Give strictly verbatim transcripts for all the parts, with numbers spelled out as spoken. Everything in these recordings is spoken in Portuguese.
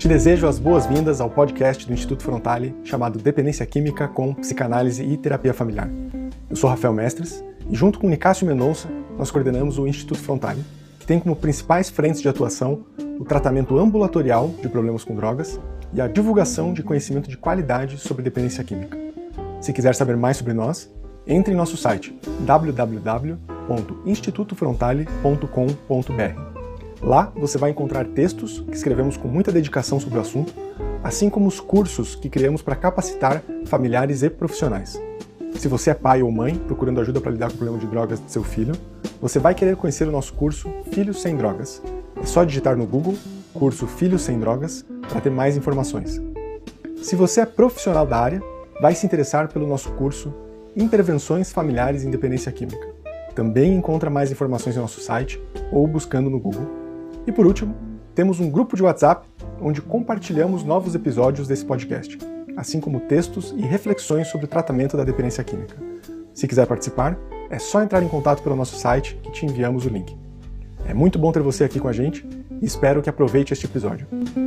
Te desejo as boas-vindas ao podcast do Instituto Frontale chamado Dependência Química com Psicanálise e Terapia Familiar. Eu sou Rafael Mestres e junto com Nicásio Mendonça nós coordenamos o Instituto Frontale, que tem como principais frentes de atuação o tratamento ambulatorial de problemas com drogas e a divulgação de conhecimento de qualidade sobre dependência química. Se quiser saber mais sobre nós, entre em nosso site w w w ponto instituto frontale ponto com ponto b r. Lá você vai encontrar textos que escrevemos com muita dedicação sobre o assunto, assim como os cursos que criamos para capacitar familiares e profissionais. Se você é pai ou mãe procurando ajuda para lidar com o problema de drogas de seu filho, você vai querer conhecer o nosso curso Filhos Sem Drogas. É só digitar no Google curso Filhos Sem Drogas para ter mais informações. Se você é profissional da área, vai se interessar pelo nosso curso Intervenções Familiares em Dependência Química. Também encontra mais informações no nosso site ou buscando no Google. E por último, temos um grupo de WhatsApp onde compartilhamos novos episódios desse podcast, assim como textos e reflexões sobre o tratamento da dependência química. Se quiser participar, é só entrar em contato pelo nosso site que te enviamos o link. É muito bom ter você aqui com a gente e espero que aproveite este episódio.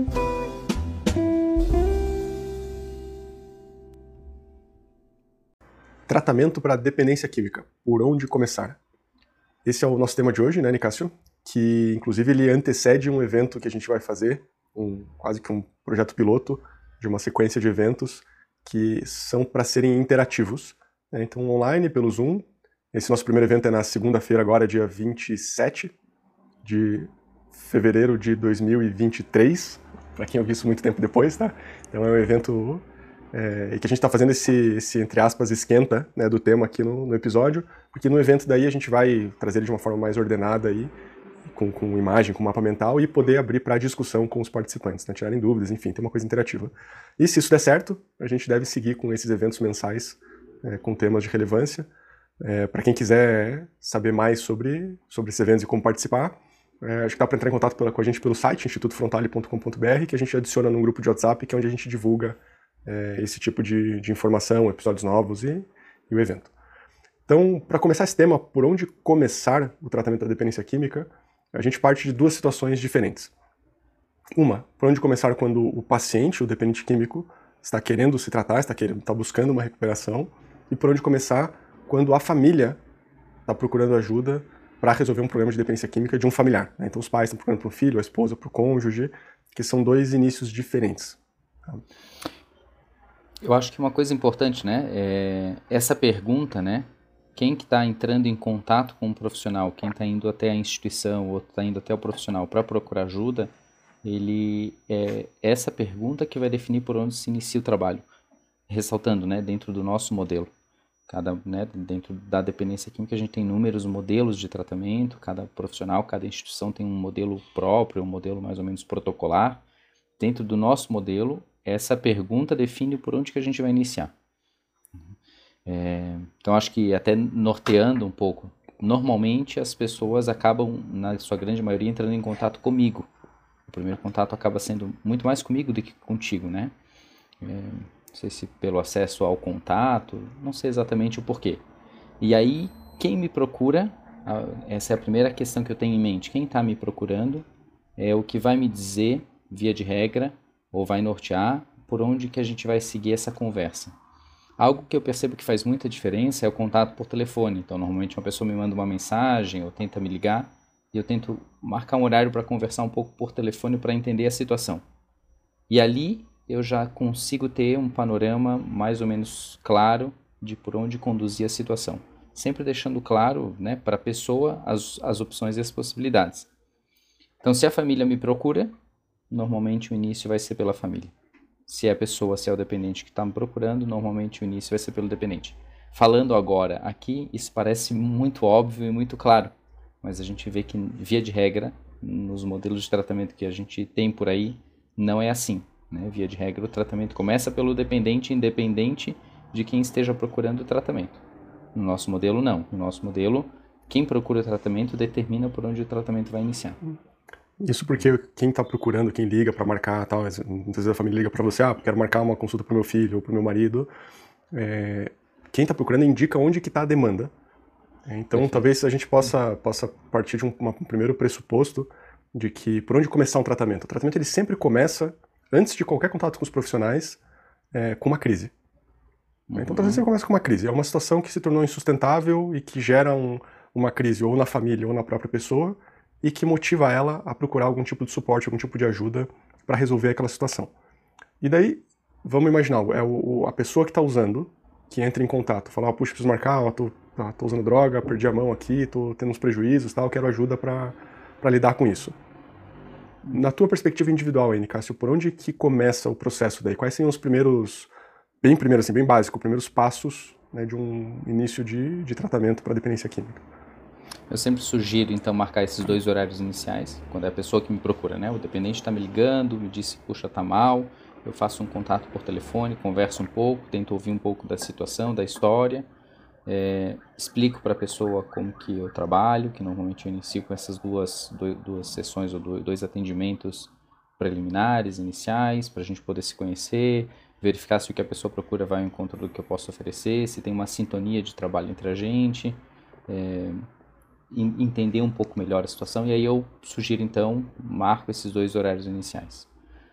Tratamento para dependência química. Por onde começar? Esse é o nosso tema de hoje, né, Nicásio? Que, inclusive, ele antecede um evento que a gente vai fazer, um, quase que um projeto piloto de uma sequência de eventos que são para serem interativos, né? Então, online, pelo Zoom. Esse nosso primeiro evento é na segunda-feira, agora, dia vinte e sete de fevereiro de dois mil e vinte e três, para quem ouviu isso muito tempo depois, tá? Então, é um evento... É, e que a gente está fazendo esse, esse, entre aspas, esquenta, né, do tema aqui no, no episódio, porque no evento daí a gente vai trazer ele de uma forma mais ordenada, aí, com, com imagem, com mapa mental, e poder abrir para discussão com os participantes, né, tirarem dúvidas, enfim, ter uma coisa interativa. E se isso der certo, a gente deve seguir com esses eventos mensais, é, com temas de relevância. É, para quem quiser saber mais sobre, sobre esses eventos e como participar, é, acho que dá para entrar em contato pela, com a gente pelo site, instituto frontale ponto com ponto b r, que a gente adiciona num grupo de WhatsApp, que é onde a gente divulga É, esse tipo de, de informação, episódios novos e, e o evento. Então, para começar esse tema, por onde começar o tratamento da dependência química, a gente parte de duas situações diferentes. Uma, por onde começar quando o paciente, o dependente químico, está querendo se tratar, está, querendo, está buscando uma recuperação, e por onde começar quando a família está procurando ajuda para resolver um problema de dependência química de um familiar, né? Então, os pais estão procurando para o filho, a esposa, para o cônjuge, que são dois inícios diferentes. Tá? Eu acho que uma coisa importante, né, é essa pergunta, né, quem que está entrando em contato com o profissional, quem está indo até a instituição ou está indo até o profissional para procurar ajuda, ele é essa pergunta que vai definir por onde se inicia o trabalho. Ressaltando, né, dentro do nosso modelo, cada, né, dentro da dependência química a gente tem inúmeros modelos de tratamento, cada profissional, cada instituição tem um modelo próprio, um modelo mais ou menos protocolar. Dentro do nosso modelo, essa pergunta define por onde que a gente vai iniciar. É, então, acho que até norteando um pouco, normalmente as pessoas acabam, na sua grande maioria, entrando em contato comigo. O primeiro contato acaba sendo muito mais comigo do que contigo, né? É, não sei se pelo acesso ao contato, não sei exatamente o porquê. E aí, quem me procura, essa é a primeira questão que eu tenho em mente, quem está me procurando é o que vai me dizer, via de regra, ou vai nortear por onde que a gente vai seguir essa conversa. Algo que eu percebo que faz muita diferença é o contato por telefone. Então, normalmente uma pessoa me manda uma mensagem ou tenta me ligar e eu tento marcar um horário para conversar um pouco por telefone para entender a situação. E ali eu já consigo ter um panorama mais ou menos claro de por onde conduzir a situação. Sempre deixando claro, né, para a pessoa as, as opções e as possibilidades. Então, se a família me procura, normalmente o início vai ser pela família. Se é a pessoa, se é o dependente que está me procurando, normalmente o início vai ser pelo dependente. Falando agora aqui, isso parece muito óbvio e muito claro, mas a gente vê que, via de regra, nos modelos de tratamento que a gente tem por aí, não é assim, né? Via de regra, o tratamento começa pelo dependente, independente de quem esteja procurando o tratamento. No nosso modelo, não. No nosso modelo, quem procura o tratamento determina por onde o tratamento vai iniciar. Isso porque quem está procurando, quem liga para marcar, tal, muitas vezes a família liga para você, ah, quero marcar uma consulta para o meu filho ou para o meu marido, é, quem está procurando indica onde que está a demanda. É, então, Perfeito. Talvez a gente possa, possa partir de um, uma, um primeiro pressuposto de que por onde começar um tratamento. O tratamento ele sempre começa antes de qualquer contato com os profissionais, é, com uma crise. Uhum. Então, às vezes você começa com uma crise. É uma situação que se tornou insustentável e que gera um, uma crise ou na família ou na própria pessoa e que motiva ela a procurar algum tipo de suporte, algum tipo de ajuda para resolver aquela situação. E daí, vamos imaginar, é o, a pessoa que está usando, que entra em contato, fala, ah, puxa, preciso marcar, ó, tô, tá, tô usando droga, perdi a mão aqui, tô tendo uns prejuízos, tal, quero ajuda para lidar com isso. Na tua perspectiva individual, aí, Cássio, por onde que começa o processo daí? Quais são os primeiros, bem primeiro assim, bem básico, primeiros passos, né, de um início de, de tratamento para dependência química? Eu sempre sugiro, então, marcar esses dois horários iniciais, quando é a pessoa que me procura, né? O dependente está me ligando, me disse, puxa, tá mal, eu faço um contato por telefone, converso um pouco, tento ouvir um pouco da situação, da história, é, explico para a pessoa como que eu trabalho, que normalmente eu inicio com essas duas, duas sessões ou dois atendimentos preliminares, iniciais, para a gente poder se conhecer, verificar se o que a pessoa procura vai ao encontro do que eu posso oferecer, se tem uma sintonia de trabalho entre a gente, é, entender um pouco melhor a situação, e aí eu sugiro então, marco esses dois horários iniciais.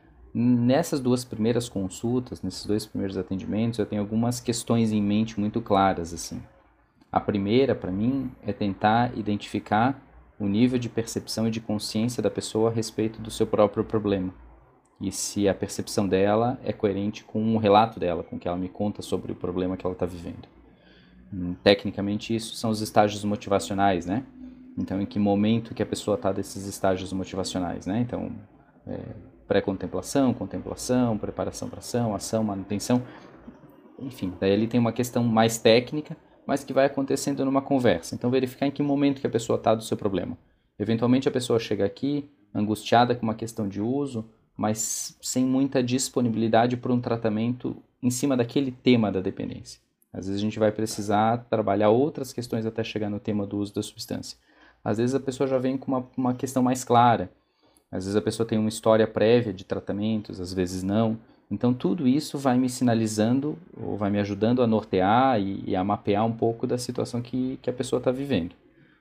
Nessas duas primeiras consultas, nesses dois primeiros atendimentos, eu tenho algumas questões em mente muito claras, assim. A primeira, para mim, é tentar identificar o nível de percepção e de consciência da pessoa a respeito do seu próprio problema. E se a percepção dela é coerente com o relato dela, com o que ela me conta sobre o problema que ela está vivendo. Tecnicamente, isso são os estágios motivacionais, né? Então, em que momento que a pessoa está desses estágios motivacionais, né? Então, é, pré-contemplação, contemplação, preparação para ação, ação, manutenção, enfim, daí ali tem uma questão mais técnica, mas que vai acontecendo numa conversa. Então, verificar em que momento que a pessoa está do seu problema. Eventualmente, a pessoa chega aqui angustiada com uma questão de uso, mas sem muita disponibilidade para um tratamento em cima daquele tema da dependência. Às vezes a gente vai precisar trabalhar outras questões até chegar no tema do uso da substância. Às vezes a pessoa já vem com uma, uma questão mais clara. Às vezes a pessoa tem uma história prévia de tratamentos, às vezes não. Então tudo isso vai me sinalizando, ou vai me ajudando a nortear e, e a mapear um pouco da situação que, que a pessoa está vivendo.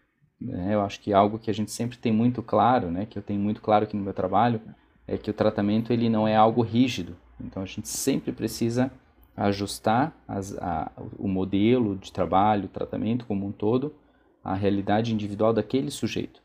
É, eu acho que algo que a gente sempre tem muito claro, né, que eu tenho muito claro aqui no meu trabalho, é que o tratamento ele não é algo rígido. Então a gente sempre precisa ajustar as, a, o modelo de trabalho, o tratamento como um todo, à realidade individual daquele sujeito.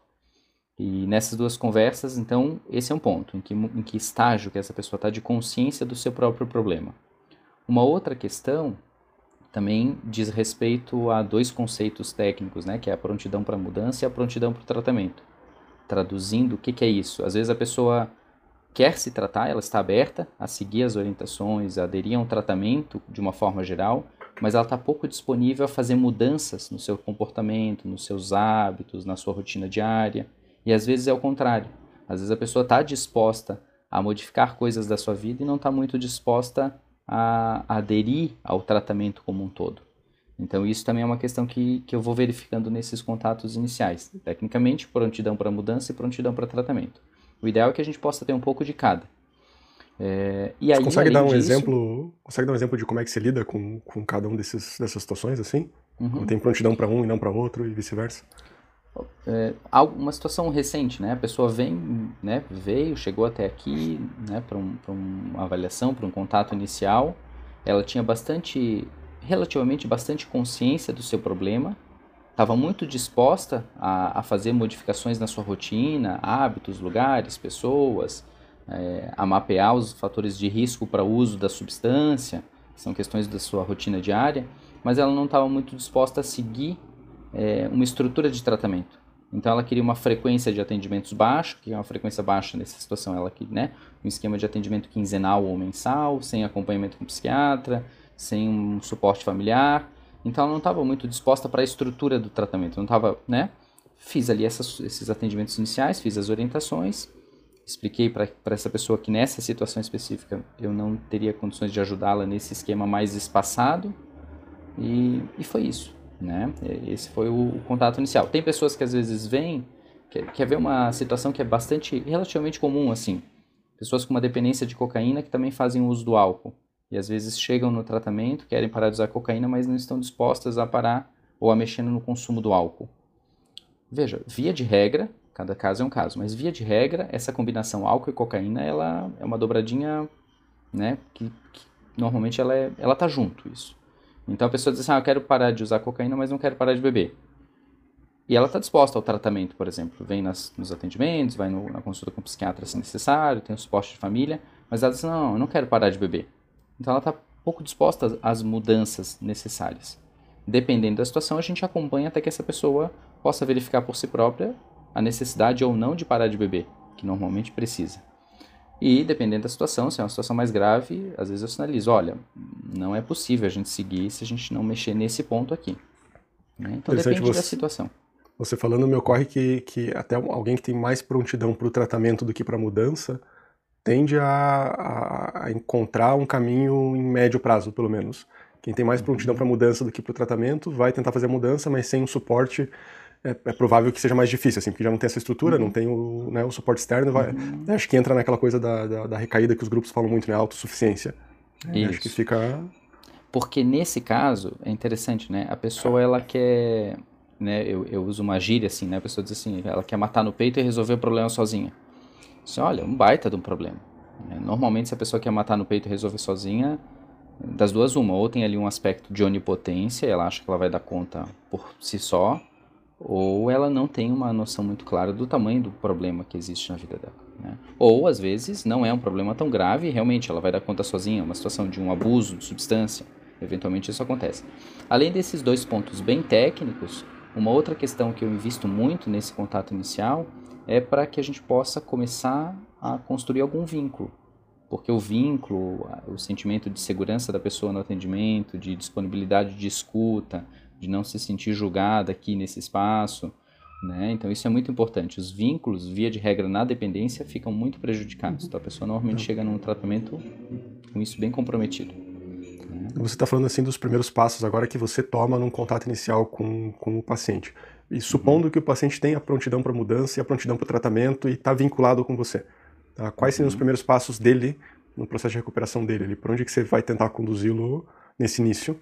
E nessas duas conversas, então, esse é um ponto, em que, em que estágio que essa pessoa está de consciência do seu próprio problema. Uma outra questão também diz respeito a dois conceitos técnicos, né, que é a prontidão para a mudança e a prontidão para o tratamento. Traduzindo, o que, que é isso? Às vezes a pessoa quer se tratar, ela está aberta a seguir as orientações, a aderir a um tratamento de uma forma geral, mas ela está pouco disponível a fazer mudanças no seu comportamento, nos seus hábitos, na sua rotina diária. E às vezes é o contrário. Às vezes a pessoa está disposta a modificar coisas da sua vida e não está muito disposta a, a aderir ao tratamento como um todo. Então isso também é uma questão que, que eu vou verificando nesses contatos iniciais. Tecnicamente, prontidão para mudança e prontidão para tratamento. O ideal é que a gente possa ter um pouco de cada. É, e Você aí, consegue dar um disso, exemplo? Consegue dar um exemplo de como é que se lida com, com cada um desses, dessas situações assim? Uhum. Como tem prontidão para um e não para outro e vice-versa? É, uma situação recente, né? A pessoa vem, né? Veio, chegou até aqui, né? Para um, para uma avaliação, para um contato inicial. Ela tinha bastante, relativamente bastante consciência do seu problema. Estava muito disposta a, a fazer modificações na sua rotina, hábitos, lugares, pessoas, é, a mapear os fatores de risco para o uso da substância, que são questões da sua rotina diária, mas ela não estava muito disposta a seguir é, uma estrutura de tratamento. Então ela queria uma frequência de atendimentos baixa, que é uma frequência baixa nessa situação, ela queria, né, um esquema de atendimento quinzenal ou mensal, sem acompanhamento com psiquiatra, sem um suporte familiar. Então ela não estava muito disposta para a estrutura do tratamento, não estava, né? Fiz ali essas, esses atendimentos iniciais, fiz as orientações, expliquei para essa pessoa que nessa situação específica eu não teria condições de ajudá-la nesse esquema mais espaçado e, e foi isso, né? Esse foi o, o contato inicial. Tem pessoas que às vezes vêm, quer, quer ver uma situação que é bastante, relativamente comum, assim, pessoas com uma dependência de cocaína que também fazem uso do álcool. E às vezes chegam no tratamento, querem parar de usar cocaína, mas não estão dispostas a parar ou a mexer no consumo do álcool. Veja, via de regra, Cada caso é um caso. Mas, via de regra, essa combinação álcool e cocaína, ela é uma dobradinha, né, que, que normalmente ela, é, ela tá junto, isso. Então, a pessoa diz assim, ah, eu quero parar de usar cocaína, mas não quero parar de beber. E ela está disposta ao tratamento, por exemplo. Vem nas, nos atendimentos, vai no, na consulta com o psiquiatra se necessário, tem o suporte de família, mas ela diz, não, eu não quero parar de beber. Então, ela está pouco disposta às mudanças necessárias. Dependendo da situação, a gente acompanha até que essa pessoa possa verificar por si própria a necessidade ou não de parar de beber, que normalmente precisa. E, dependendo da situação, se é uma situação mais grave, às vezes eu sinalizo, olha, não é possível a gente seguir se a gente não mexer nesse ponto aqui. Né? Então, depende você, da situação. Você falando, me ocorre que, que até alguém que tem mais prontidão para o tratamento do que para a mudança tende a, a, a encontrar um caminho em médio prazo, pelo menos. Quem tem mais prontidão para a mudança do que para o tratamento vai tentar fazer a mudança, mas sem um suporte é, é provável que seja mais difícil, assim, porque já não tem essa estrutura, uhum. não tem o, né, o suporte externo. Vai, uhum. Acho que entra naquela coisa da, da, da recaída que os grupos falam muito, né, autossuficiência. É, acho que fica... Porque nesse caso, é interessante, né, a pessoa ela quer, né, eu, eu uso uma gíria assim, né, a pessoa diz assim, ela quer matar no peito e resolver o problema sozinha. Assim, olha, um baita de um problema. Normalmente, se a pessoa quer matar no peito e resolver sozinha, das duas uma, ou tem ali um aspecto de onipotência, ela acha que ela vai dar conta por si só, ou ela não tem uma noção muito clara do tamanho do problema que existe na vida dela. Né? Ou, às vezes, não é um problema tão grave e realmente ela vai dar conta sozinha, uma situação de um abuso de substância, eventualmente isso acontece. Além desses dois pontos bem técnicos, uma outra questão que eu invisto muito nesse contato inicial é para que a gente possa começar a construir algum vínculo. Porque o vínculo, o sentimento de segurança da pessoa no atendimento, de disponibilidade de escuta, de não se sentir julgada aqui nesse espaço, né? Então isso é muito importante. Os vínculos, via de regra, na dependência, ficam muito prejudicados. Então a pessoa normalmente chega num tratamento com isso bem comprometido. Né? Você está falando assim dos primeiros passos agora que você toma num contato inicial com, com o paciente. E supondo uhum. que o paciente tenha a prontidão para mudança e a prontidão para o tratamento e está vinculado com você. Tá? Quais seriam uhum. os primeiros passos dele no processo de recuperação dele? Por onde que você vai tentar conduzi-lo nesse início?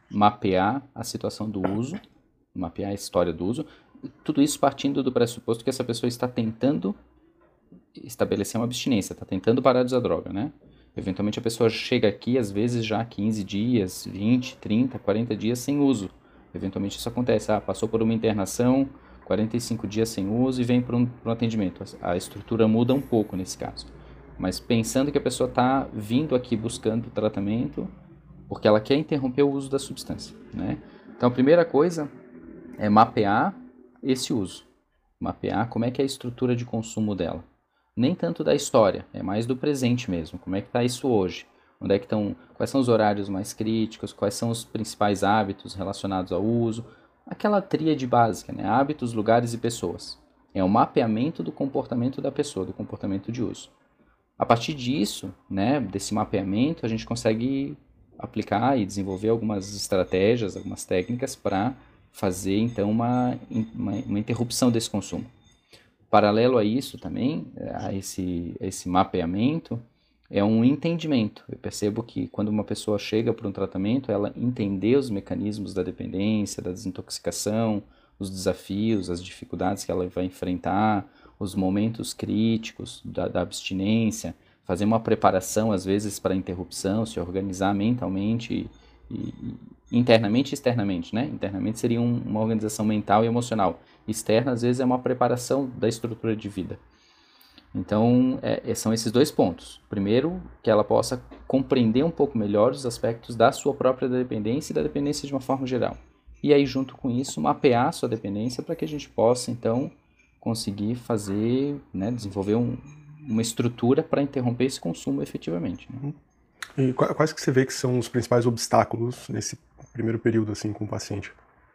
Mapear a situação do uso, mapear a história do uso, tudo isso partindo do pressuposto que essa pessoa está tentando estabelecer uma abstinência, está tentando parar de usar droga, né? Eventualmente a pessoa chega aqui, às vezes já quinze dias, vinte, trinta, quarenta dias sem uso. Eventualmente isso acontece, ah, passou por uma internação, quarenta e cinco dias sem uso e vem para um, para um atendimento. A estrutura muda um pouco nesse caso. Mas pensando que a pessoa está vindo aqui buscando tratamento porque ela quer interromper o uso da substância, né? Então a primeira coisa é mapear esse uso. Mapear como é que é a estrutura de consumo dela. Nem tanto da história, é mais do presente mesmo. Como é que está isso hoje? Onde é que estão, quais são os horários mais críticos? Quais são os principais hábitos relacionados ao uso? Aquela tríade básica, né? Hábitos, lugares e pessoas. É o mapeamento do comportamento da pessoa, do comportamento de uso. A partir disso, né, desse mapeamento, a gente consegue aplicar e desenvolver algumas estratégias, algumas técnicas para fazer, então, uma, uma, uma interrupção desse consumo. Paralelo a isso também, a esse, a esse mapeamento, é um entendimento. Eu percebo que quando uma pessoa chega para um tratamento, ela entender os mecanismos da dependência, da desintoxicação, os desafios, as dificuldades que ela vai enfrentar, os momentos críticos da, da abstinência, fazer uma preparação, às vezes, para a interrupção, se organizar mentalmente, e, e, internamente e externamente, né? Internamente seria um, uma organização mental e emocional. Externa, às vezes, é uma preparação da estrutura de vida. Então, é, são esses dois pontos. Primeiro, que ela possa compreender um pouco melhor os aspectos da sua própria dependência e da dependência de uma forma geral. E aí, junto com isso, mapear a sua dependência para que a gente possa, então, conseguir fazer, né, desenvolver um, uma estrutura para interromper esse consumo efetivamente. Né? E quais que você vê que são os principais obstáculos nesse primeiro período assim com o paciente?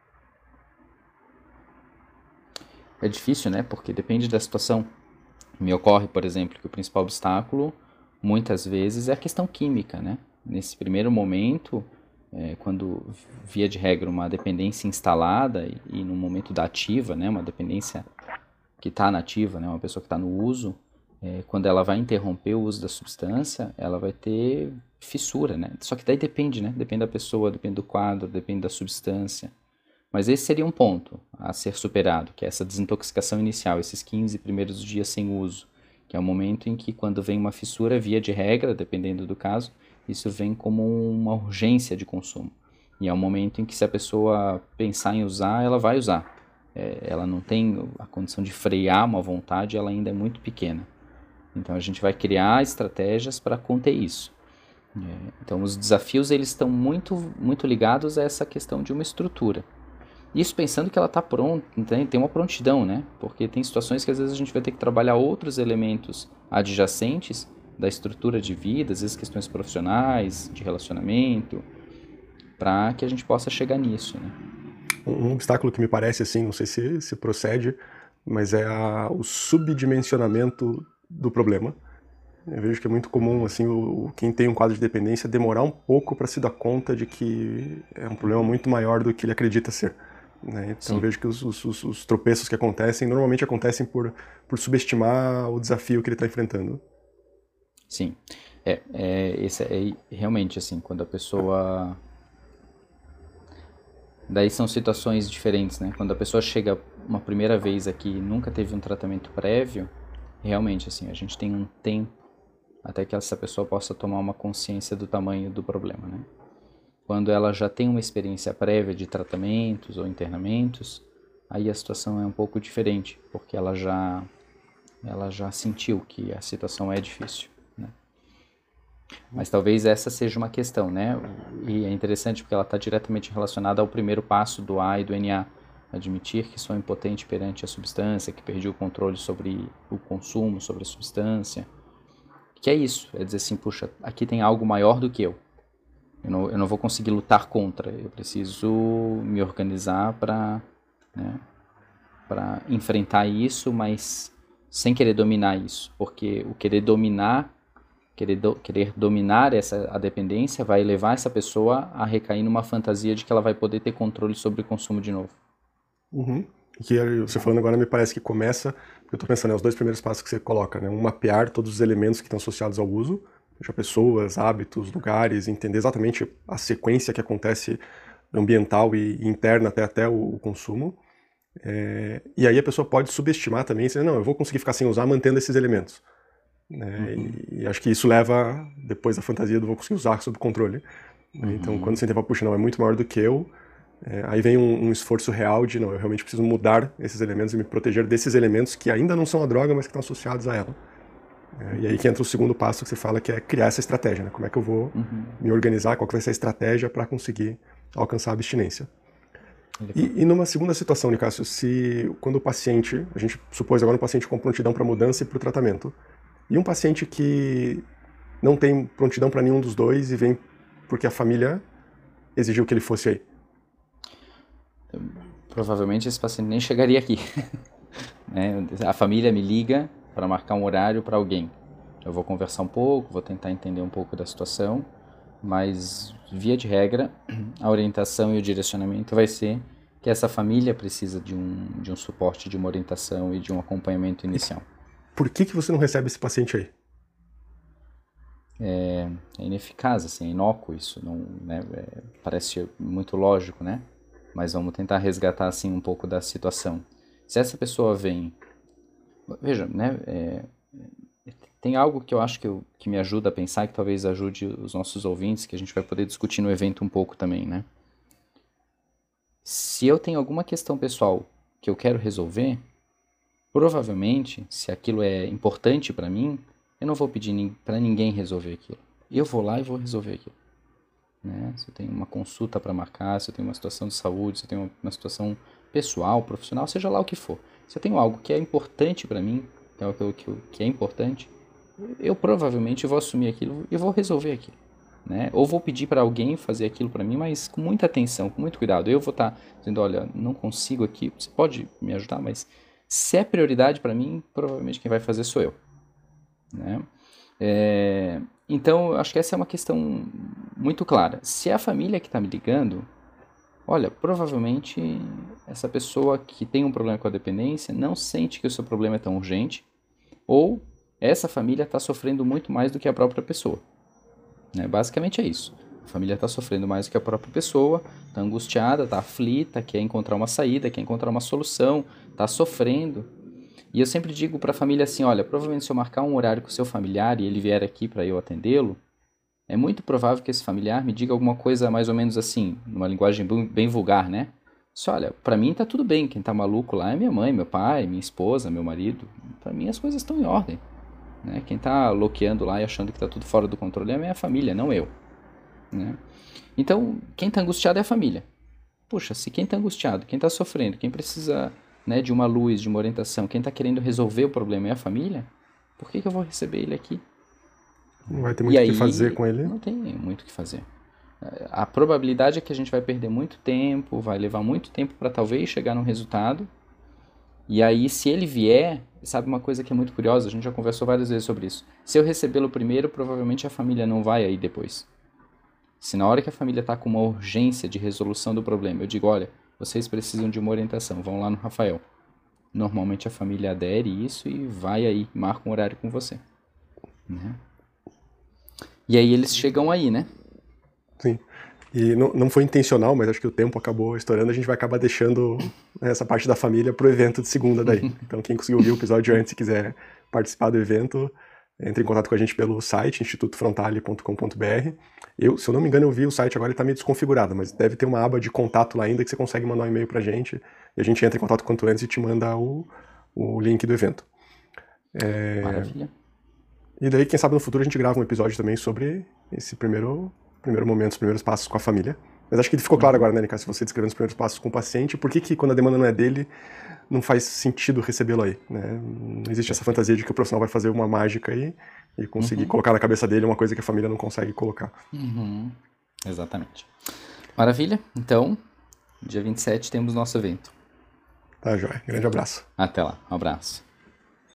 É difícil, né? Porque depende da situação. Me ocorre, por exemplo, que o principal obstáculo, muitas vezes, é a questão química, né? Nesse primeiro momento, é, quando, via de regra, uma dependência instalada e, e no momento da ativa, né? Uma dependência que está na ativa, né? Uma pessoa que está no uso, é, quando ela vai interromper o uso da substância, ela vai ter fissura, né? Só que daí depende, né? Depende da pessoa, depende do quadro, depende da substância. Mas esse seria um ponto a ser superado, que é essa desintoxicação inicial, esses quinze primeiros dias sem uso, que é o momento em que, quando vem uma fissura, via de regra, dependendo do caso, isso vem como uma urgência de consumo. E é o momento em que, se a pessoa pensar em usar, ela vai usar. É, ela não tem a condição de frear uma vontade, ela ainda é muito pequena. Então a gente vai criar estratégias para conter isso. É, então os desafios eles estão muito, muito ligados a essa questão de uma estrutura. Isso pensando que ela está pronta, tem, tem uma prontidão, né? Porque tem situações que às vezes a gente vai ter que trabalhar outros elementos adjacentes da estrutura de vida, às vezes questões profissionais, de relacionamento, para que a gente possa chegar nisso, né? Um obstáculo que me parece assim, não sei se, se procede, mas é a, o subdimensionamento do problema. Eu vejo que é muito comum, assim, o, quem tem um quadro de dependência demorar um pouco para se dar conta de que é um problema muito maior do que ele acredita ser. Né? Então Sim. eu vejo que os, os, os tropeços que acontecem, normalmente acontecem por, por subestimar o desafio que ele está enfrentando. Sim, é, é, esse é realmente assim, quando a pessoa... Daí são situações diferentes, né? Quando a pessoa chega uma primeira vez aqui e nunca teve um tratamento prévio, realmente, assim, a gente tem um tempo até que essa pessoa possa tomar uma consciência do tamanho do problema, né? Quando ela já tem uma experiência prévia de tratamentos ou internamentos, aí a situação é um pouco diferente, porque ela já, ela já sentiu que a situação é difícil, né? Mas talvez essa seja uma questão, né? E é interessante porque ela está diretamente relacionada ao primeiro passo do A e do N A. Admitir que sou impotente perante a substância, que perdi o controle sobre o consumo, sobre a substância. Que é isso, é dizer assim, puxa, aqui tem algo maior do que eu. Eu não, eu não vou conseguir lutar contra, eu preciso me organizar para, né, para enfrentar isso, mas sem querer dominar isso. Porque o querer dominar, querer, do, querer dominar essa, a dependência vai levar essa pessoa a recair numa fantasia de que ela vai poder ter controle sobre o consumo de novo. Uhum. Que você falando agora me parece que começa, porque eu estou pensando, é os dois primeiros passos que você coloca, né? Um, mapear todos os elementos que estão associados ao uso, seja pessoas, hábitos, lugares, entender exatamente a sequência que acontece ambiental e interna até, até o, o consumo. É, e aí a pessoa pode subestimar também, dizer, não, eu vou conseguir ficar sem usar mantendo esses elementos. Né? Uhum. E, e acho que isso leva, depois da fantasia do vou conseguir usar sob controle. Uhum. Então quando você entende, puxa, não, é muito maior do que eu, É, aí vem um, um esforço real de, não, eu realmente preciso mudar esses elementos e me proteger desses elementos que ainda não são a droga, mas que estão associados a ela. É, e aí que entra o segundo passo que você fala, que é criar essa estratégia, né? Como é que eu vou uhum. me organizar, qual que vai ser a estratégia para conseguir alcançar a abstinência. E, e numa segunda situação, Nicásio, se quando o paciente, a gente supôs agora um paciente com prontidão para mudança e para o tratamento, e um paciente que não tem prontidão para nenhum dos dois e vem porque a família exigiu que ele fosse aí. Provavelmente esse paciente nem chegaria aqui. Né? A família me liga para marcar um horário para alguém. Eu vou conversar um pouco, vou tentar entender um pouco da situação, mas, via de regra, a orientação e o direcionamento vai ser que essa família precisa de um, de um suporte, de uma orientação e de um acompanhamento inicial. Por que, que você não recebe esse paciente aí? É, é ineficaz, assim, é inócuo isso. Não, né? É, parece muito lógico, né? Mas vamos tentar resgatar assim um pouco da situação. Se essa pessoa vem... Veja, né? É, tem algo que eu acho que, eu, que me ajuda a pensar e que talvez ajude os nossos ouvintes, que a gente vai poder discutir no evento um pouco também, né? Se eu tenho alguma questão pessoal que eu quero resolver, provavelmente, se aquilo é importante para mim, eu não vou pedir para ninguém resolver aquilo. Eu vou lá e vou resolver aquilo. Né? Se eu tenho uma consulta para marcar, se eu tenho uma situação de saúde, se eu tenho uma, uma situação pessoal, profissional, seja lá o que for. Se eu tenho algo que é importante para mim, que é algo que, que é importante, eu provavelmente vou assumir aquilo e vou resolver aquilo. Né? Ou vou pedir para alguém fazer aquilo para mim, mas com muita atenção, com muito cuidado. Eu vou estar tá dizendo, olha, não consigo aqui, você pode me ajudar, mas se é prioridade para mim, provavelmente quem vai fazer sou eu. Né? É... Então, eu acho que essa é uma questão muito clara. Se é a família que está me ligando, olha, provavelmente essa pessoa que tem um problema com a dependência não sente que o seu problema é tão urgente, ou essa família está sofrendo muito mais do que a própria pessoa. Né? Basicamente é isso. A família está sofrendo mais do que a própria pessoa, está angustiada, está aflita, quer encontrar uma saída, quer encontrar uma solução, está sofrendo. E eu sempre digo para a família assim, olha, provavelmente se eu marcar um horário com o seu familiar e ele vier aqui para eu atendê-lo, é muito provável que esse familiar me diga alguma coisa mais ou menos assim, numa linguagem bem vulgar, né? Só, olha, para mim tá tudo bem, quem tá maluco lá é minha mãe, meu pai, minha esposa, meu marido. Para mim as coisas estão em ordem. Né? Quem tá loqueando lá e achando que tá tudo fora do controle é a minha família, não eu. Né? Então, quem tá angustiado é a família. Puxa, se quem tá angustiado, quem tá sofrendo, quem precisa, né, de uma luz, de uma orientação, quem tá querendo resolver o problema é a família, por que que eu vou receber ele aqui? Não vai ter muito o que fazer com ele. Não tem muito o que fazer. A probabilidade é que a gente vai perder muito tempo, vai levar muito tempo para talvez chegar num resultado. E aí, se ele vier, sabe uma coisa que é muito curiosa? A gente já conversou várias vezes sobre isso. Se eu recebê-lo primeiro, provavelmente a família não vai aí depois. Se na hora que a família está com uma urgência de resolução do problema, eu digo, olha, vocês precisam de uma orientação, vão lá no Rafael. Normalmente a família adere isso e vai aí, marca um horário com você. Né? E aí eles chegam aí, né? Sim. E não, não foi intencional, mas acho que o tempo acabou estourando, a gente vai acabar deixando essa parte da família pro evento de segunda daí. Então quem conseguiu ouvir o episódio antes e quiser participar do evento, entre em contato com a gente pelo site, instituto frontale ponto com ponto b r. Eu, se eu não me engano, eu vi o site agora, ele tá meio desconfigurado, mas deve ter uma aba de contato lá ainda que você consegue mandar um e-mail pra gente, e a gente entra em contato quanto antes e te manda o, o link do evento. É... Maravilha. E daí, quem sabe no futuro a gente grava um episódio também sobre esse primeiro... primeiro momento, os primeiros passos com a família. Mas acho que ficou claro agora, né, Nica, se você descrevendo os primeiros passos com o paciente, por que que quando a demanda não é dele, não faz sentido recebê-lo aí, né? Não existe essa fantasia de que o profissional vai fazer uma mágica aí e conseguir uhum. colocar na cabeça dele uma coisa que a família não consegue colocar. Uhum. Exatamente. Maravilha. Então, dia vinte e sete temos nosso evento. Tá, joia. Grande abraço. Até lá. Um abraço.